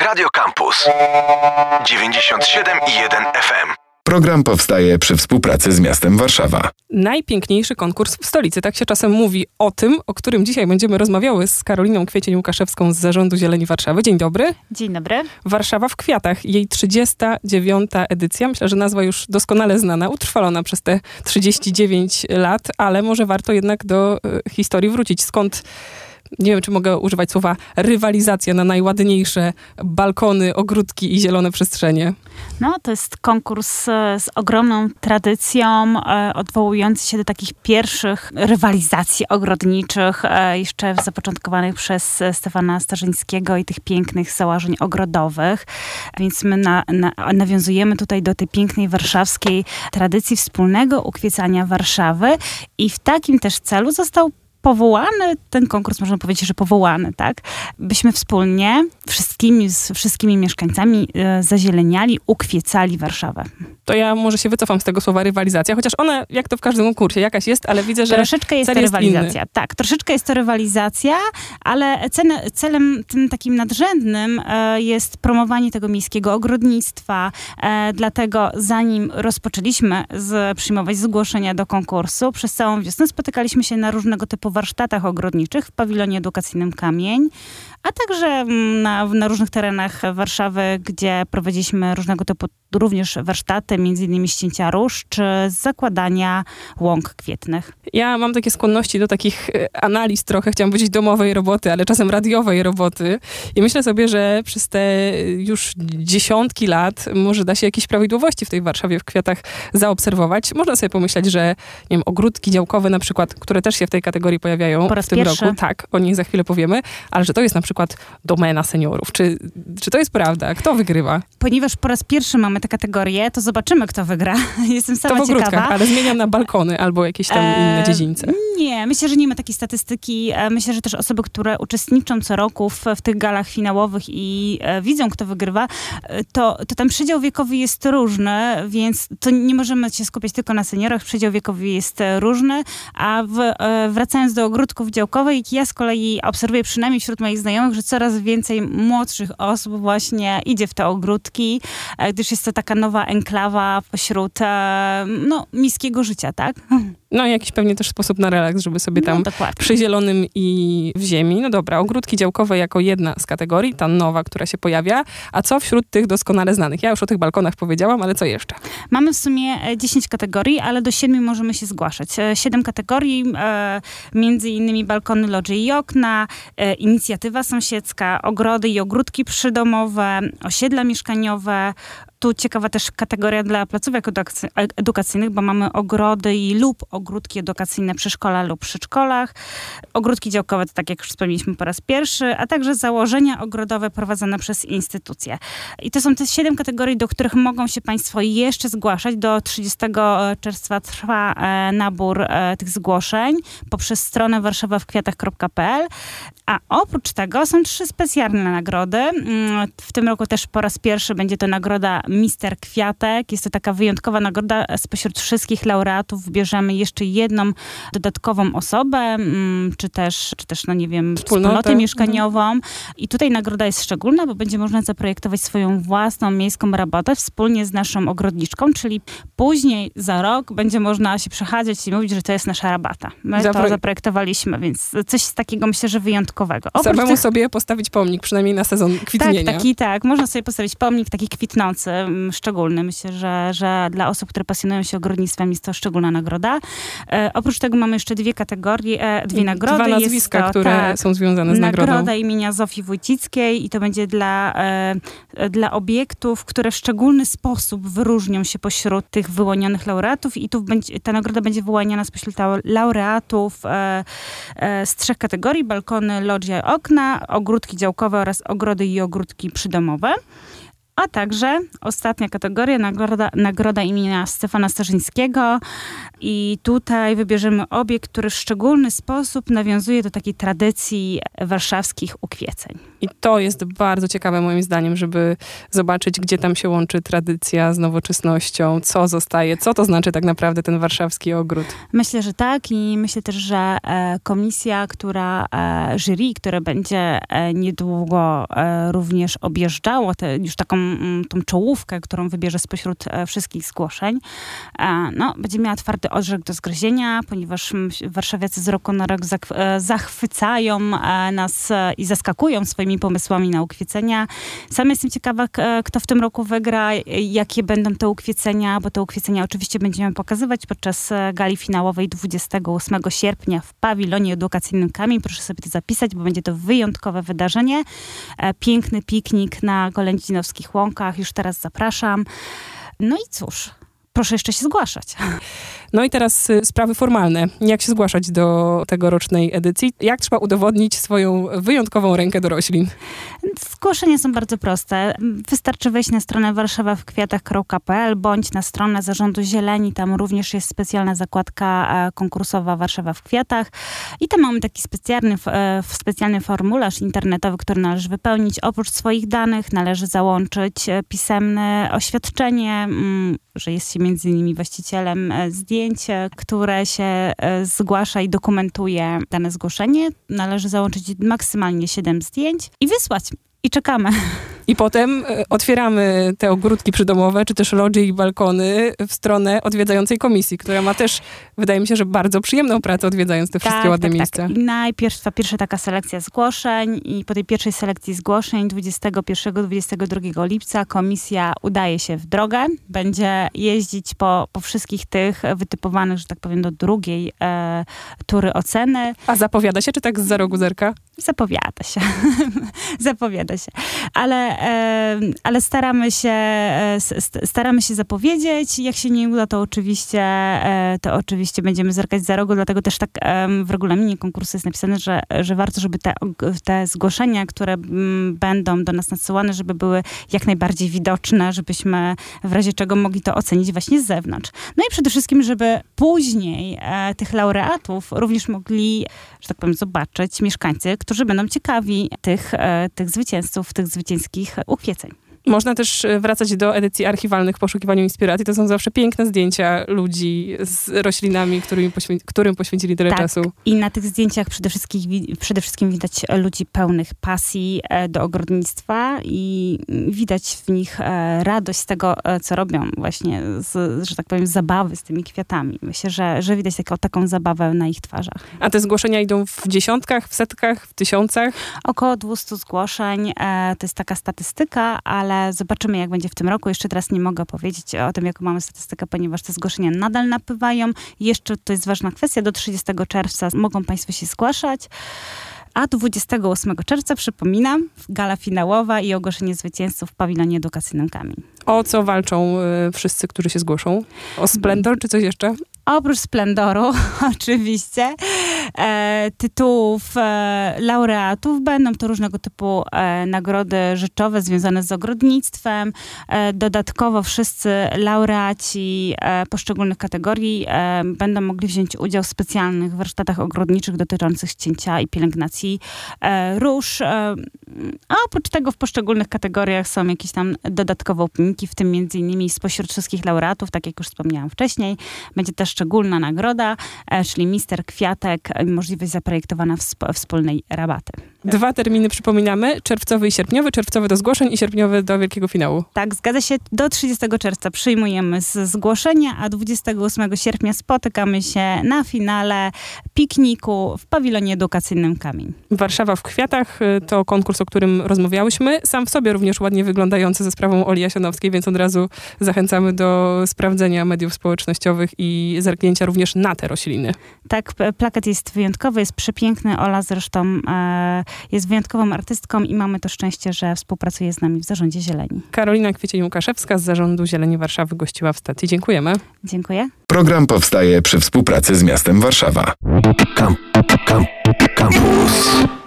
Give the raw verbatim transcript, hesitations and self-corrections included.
Radio Campus dziewięćdziesiąt siedem i jeden F M. Program powstaje przy współpracy z miastem Warszawa. Najpiękniejszy konkurs w stolicy. Tak się czasem mówi o tym, o którym dzisiaj będziemy rozmawiały z Karoliną Kwiecień-Łukaszewską z Zarządu Zieleni Warszawy. Dzień dobry. Dzień dobry. Warszawa w kwiatach. Jej trzydziesta dziewiąta edycja. Myślę, że nazwa już doskonale znana, utrwalona przez te trzydzieści dziewięć lat, ale może warto jednak do y, historii wrócić. Skąd... Nie wiem, czy mogę używać słowa rywalizacja na najładniejsze balkony, ogródki i zielone przestrzenie. No, to jest konkurs z ogromną tradycją, odwołujący się do takich pierwszych rywalizacji ogrodniczych, jeszcze zapoczątkowanych przez Stefana Starzyńskiego i tych pięknych założeń ogrodowych. Więc my na, na, nawiązujemy tutaj do tej pięknej warszawskiej tradycji wspólnego ukwiecania Warszawy i w takim też celu został powołany, ten konkurs można powiedzieć, że powołany, tak? Byśmy wspólnie wszystkimi, z wszystkimi mieszkańcami e, zazieleniali, ukwiecali Warszawę. To ja może się wycofam z tego słowa rywalizacja, chociaż ona, jak to w każdym konkursie, jakaś jest, ale widzę, że troszeczkę jest to rywalizacja. Jest tak, troszeczkę jest to rywalizacja, ale cel, celem tym takim nadrzędnym e, jest promowanie tego miejskiego ogrodnictwa. E, dlatego zanim rozpoczęliśmy z, przyjmować zgłoszenia do konkursu, przez całą wiosnę spotykaliśmy się na różnego typu warsztatach ogrodniczych w pawilonie edukacyjnym Kamień, a także na, na różnych terenach Warszawy, gdzie prowadziliśmy różnego typu również warsztaty, między innymi ścięcia róż, czy zakładania łąk kwietnych. Ja mam takie skłonności do takich analiz trochę, chciałam powiedzieć domowej roboty, ale czasem radiowej roboty i myślę sobie, że przez te już dziesiątki lat może da się jakieś prawidłowości w tej Warszawie w kwiatach zaobserwować. Można sobie pomyśleć, że nie wiem, ogródki działkowe na przykład, które też się w tej kategorii pojawiają po raz w tym pierwszy. roku. Tak, o nich za chwilę powiemy, ale że to jest na przykład domena seniorów. Czy, czy to jest prawda? Kto wygrywa? Ponieważ po raz pierwszy mamy tę kategorię, to zobaczymy, kto wygra. Jestem sama to w ogródkach, ciekawa. Ale zmieniam na balkony albo jakieś tam inne dziedzińce. Nie, myślę, że nie ma takiej statystyki. Myślę, że też osoby, które uczestniczą co roku w, w tych galach finałowych i e, widzą, kto wygrywa, to, to ten przedział wiekowy jest różny, więc to nie możemy się skupiać tylko na seniorach. Przedział wiekowy jest różny, a w, e, wracając do ogródków działkowych, ja z kolei obserwuję przynajmniej wśród moich znajomych, że coraz więcej młodszych osób właśnie idzie w te ogródki, e, gdyż jest to taka nowa enklawa pośród e, no, miejskiego życia, tak? No jakiś pewnie też sposób na relaks, żeby sobie tam no, przy zielonym i w ziemi. No dobra, ogródki działkowe jako jedna z kategorii, ta nowa, która się pojawia. A co wśród tych doskonale znanych? Ja już o tych balkonach powiedziałam, ale co jeszcze? Mamy w sumie dziesięć kategorii, ale do siedmiu możemy się zgłaszać. Siedem kategorii, e, między innymi balkony, lodże i okna, e, inicjatywa sąsiedzka, ogrody i ogródki przydomowe, osiedla mieszkaniowe. Tu ciekawa też kategoria dla placówek edukacyjnych, bo mamy ogrody i lub ogródki edukacyjne przy szkołach lub przedszkolach. Ogródki działkowe to tak jak już wspomnieliśmy po raz pierwszy, a także założenia ogrodowe prowadzone przez instytucje. I to są te siedem kategorii, do których mogą się Państwo jeszcze zgłaszać. Do trzydziestego czerwca trwa e, nabór e, tych zgłoszeń poprzez stronę warszawa w kwiatach kropka p l. A oprócz tego są trzy specjalne nagrody. W tym roku też po raz pierwszy będzie to nagroda Mister Kwiatek. Jest to taka wyjątkowa nagroda. Spośród wszystkich laureatów wybierzemy jeszcze jedną dodatkową osobę, czy też, czy też no nie wiem, Wspólnotę. wspólnotę mieszkaniową. I tutaj nagroda jest szczególna, bo będzie można zaprojektować swoją własną miejską rabotę wspólnie z naszą ogrodniczką, czyli później za rok będzie można się przechadzać i mówić, że to jest nasza rabata. My Zapro- to zaprojektowaliśmy, więc coś takiego myślę, że wyjątkowego. Oprócz Samemu tych... sobie postawić pomnik, przynajmniej na sezon kwitnienia. Tak, taki, tak. Można sobie postawić pomnik taki kwitnący, szczególny. Myślę, że, że dla osób, które pasjonują się ogrodnictwem jest to szczególna nagroda. E, oprócz tego mamy jeszcze dwie kategorie, e, dwie nagrody. Dwa nazwiska, jest to, które tak, są związane z nagrodą. Nagroda imienia Zofii Wójcickiej i to będzie dla, e, dla obiektów, które w szczególny sposób wyróżnią się pośród tych wyłonionych laureatów i tu będzie, ta nagroda będzie wyłaniana spośród laureatów e, e, z trzech kategorii: balkony, lodże, okna, ogródki działkowe oraz ogrody i ogródki przydomowe. A także ostatnia kategoria, nagroda, nagroda imienia Stefana Starzyńskiego. I tutaj wybierzemy obiekt, który w szczególny sposób nawiązuje do takiej tradycji warszawskich ukwieceń. I to jest bardzo ciekawe moim zdaniem, żeby zobaczyć, gdzie tam się łączy tradycja z nowoczesnością, co zostaje, co to znaczy tak naprawdę ten warszawski ogród. Myślę, że tak i myślę też, że e, komisja, która, e, jury, które będzie e, niedługo e, również objeżdżało te, już taką m, tą czołówkę, którą wybierze spośród e, wszystkich zgłoszeń, e, no, będzie miała twardy orzech do zgryzienia, ponieważ m, warszawiacy z roku na rok zak- e, zachwycają e, nas e, i zaskakują swoimi pomysłami na ukwiecenia. Sama jestem ciekawa, k- kto w tym roku wygra, jakie będą te ukwiecenia, bo te ukwiecenia oczywiście będziemy pokazywać podczas e, gali finałowej dwudziestego ósmego sierpnia w pawilonie edukacyjnym Kamień. Proszę sobie to zapisać, bo będzie to wyjątkowe wydarzenie. E, piękny piknik na Golędzinowskich Łąkach. Już teraz zapraszam. No i cóż, proszę jeszcze się zgłaszać. No i teraz y, sprawy formalne. Jak się zgłaszać do tegorocznej edycji? Jak trzeba udowodnić swoją wyjątkową rękę do roślin? Zgłoszenia są bardzo proste. Wystarczy wejść na stronę warszawa w kwiatach kropka p l bądź na stronę Zarządu Zieleni. Tam również jest specjalna zakładka e, konkursowa Warszawa w kwiatach. I tam mamy taki specjalny, e, specjalny formularz internetowy, który należy wypełnić. Oprócz swoich danych należy załączyć e, pisemne oświadczenie, m, że jest się między innymi właścicielem e, zdjęć, które się e, zgłasza i dokumentuje dane zgłoszenie. Należy załączyć maksymalnie siedem zdjęć i wysłać. I czekamy. I potem y, otwieramy te ogródki przydomowe, czy też lodże i balkony w stronę odwiedzającej komisji, która ma też, wydaje mi się, że bardzo przyjemną pracę odwiedzając te wszystkie tak, ładne tak, miejsca. Tak. I najpierw trwa pierwsza taka selekcja zgłoszeń i po tej pierwszej selekcji zgłoszeń dwudziestego pierwszego do dwudziestego drugiego lipca komisja udaje się w drogę. Będzie jeździć po, po wszystkich tych wytypowanych, że tak powiem, do drugiej e, tury oceny. A zapowiada się, czy tak z za rogu zerka? Zapowiada się. Zapowiada się. Ale, e, ale staramy się e, staramy się zapowiedzieć. Jak się nie uda, to oczywiście e, to oczywiście będziemy zerkać za rogu, dlatego też tak e, w regulaminie konkursu jest napisane, że, że warto, żeby te, te zgłoszenia, które m, będą do nas nadsyłane, żeby były jak najbardziej widoczne, żebyśmy w razie czego mogli to ocenić właśnie z zewnątrz. No i przede wszystkim, żeby później e, tych laureatów również mogli, że tak powiem, zobaczyć mieszkańcy, którzy będą ciekawi tych, e, tych zwycięzców, tych zwycięskich ukwieceń. Można też wracać do edycji archiwalnych w poszukiwaniu inspiracji. To są zawsze piękne zdjęcia ludzi z roślinami, którym, poświę- którym poświęcili tyle tak. czasu. I na tych zdjęciach przede wszystkim, przede wszystkim widać ludzi pełnych pasji do ogrodnictwa i widać w nich radość z tego, co robią właśnie, z, że tak powiem, zabawy z tymi kwiatami. Myślę, że, że widać taką, taką zabawę na ich twarzach. A te zgłoszenia idą w dziesiątkach, w setkach, w tysiącach? Około dwieście zgłoszeń. To jest taka statystyka, ale zobaczymy, jak będzie w tym roku. Jeszcze teraz nie mogę powiedzieć o tym, jaką mamy statystykę, ponieważ te zgłoszenia nadal napływają. Jeszcze to jest ważna kwestia. Do trzydziestego czerwca mogą Państwo się zgłaszać. A dwudziestego ósmego czerwca, przypominam, gala finałowa i ogłoszenie zwycięzców w pawilonie edukacyjnym Kamień. O co walczą y, wszyscy, którzy się zgłoszą? O splendor czy coś jeszcze? Oprócz splendoru, oczywiście, e, tytułów e, laureatów będą to różnego typu e, nagrody rzeczowe związane z ogrodnictwem. E, dodatkowo wszyscy laureaci e, poszczególnych kategorii e, będą mogli wziąć udział w specjalnych warsztatach ogrodniczych dotyczących cięcia i pielęgnacji e, róż. E, a oprócz tego w poszczególnych kategoriach są jakieś tam dodatkowe opiniki, w tym między innymi spośród wszystkich laureatów, tak jak już wspomniałam wcześniej, będzie też szczególna nagroda, czyli Mister Kwiatek, możliwość zaprojektowana wsp- wspólnej rabaty. Dwa terminy przypominamy, czerwcowy i sierpniowy. Czerwcowy do zgłoszeń i sierpniowy do wielkiego finału. Tak, zgadza się. Do trzydziestego czerwca przyjmujemy z zgłoszenia, a dwudziestego ósmego sierpnia spotykamy się na finale pikniku w pawilonie edukacyjnym Kamień. Warszawa w kwiatach to konkurs, o którym rozmawiałyśmy. Sam w sobie również ładnie wyglądający ze sprawą Oli Jasionowskiej, więc od razu zachęcamy do sprawdzenia mediów społecznościowych i zerknięcia również na te rośliny. Tak, plakat jest wyjątkowy, jest przepiękny. Ola zresztą e, jest wyjątkową artystką i mamy to szczęście, że współpracuje z nami w Zarządzie Zieleni. Karolina Kwiecień-Łukaszewska z Zarządu Zieleni Warszawy gościła w stacji. Dziękujemy. Dziękuję. Program powstaje przy współpracy z miastem Warszawa. Camp, camp, campus.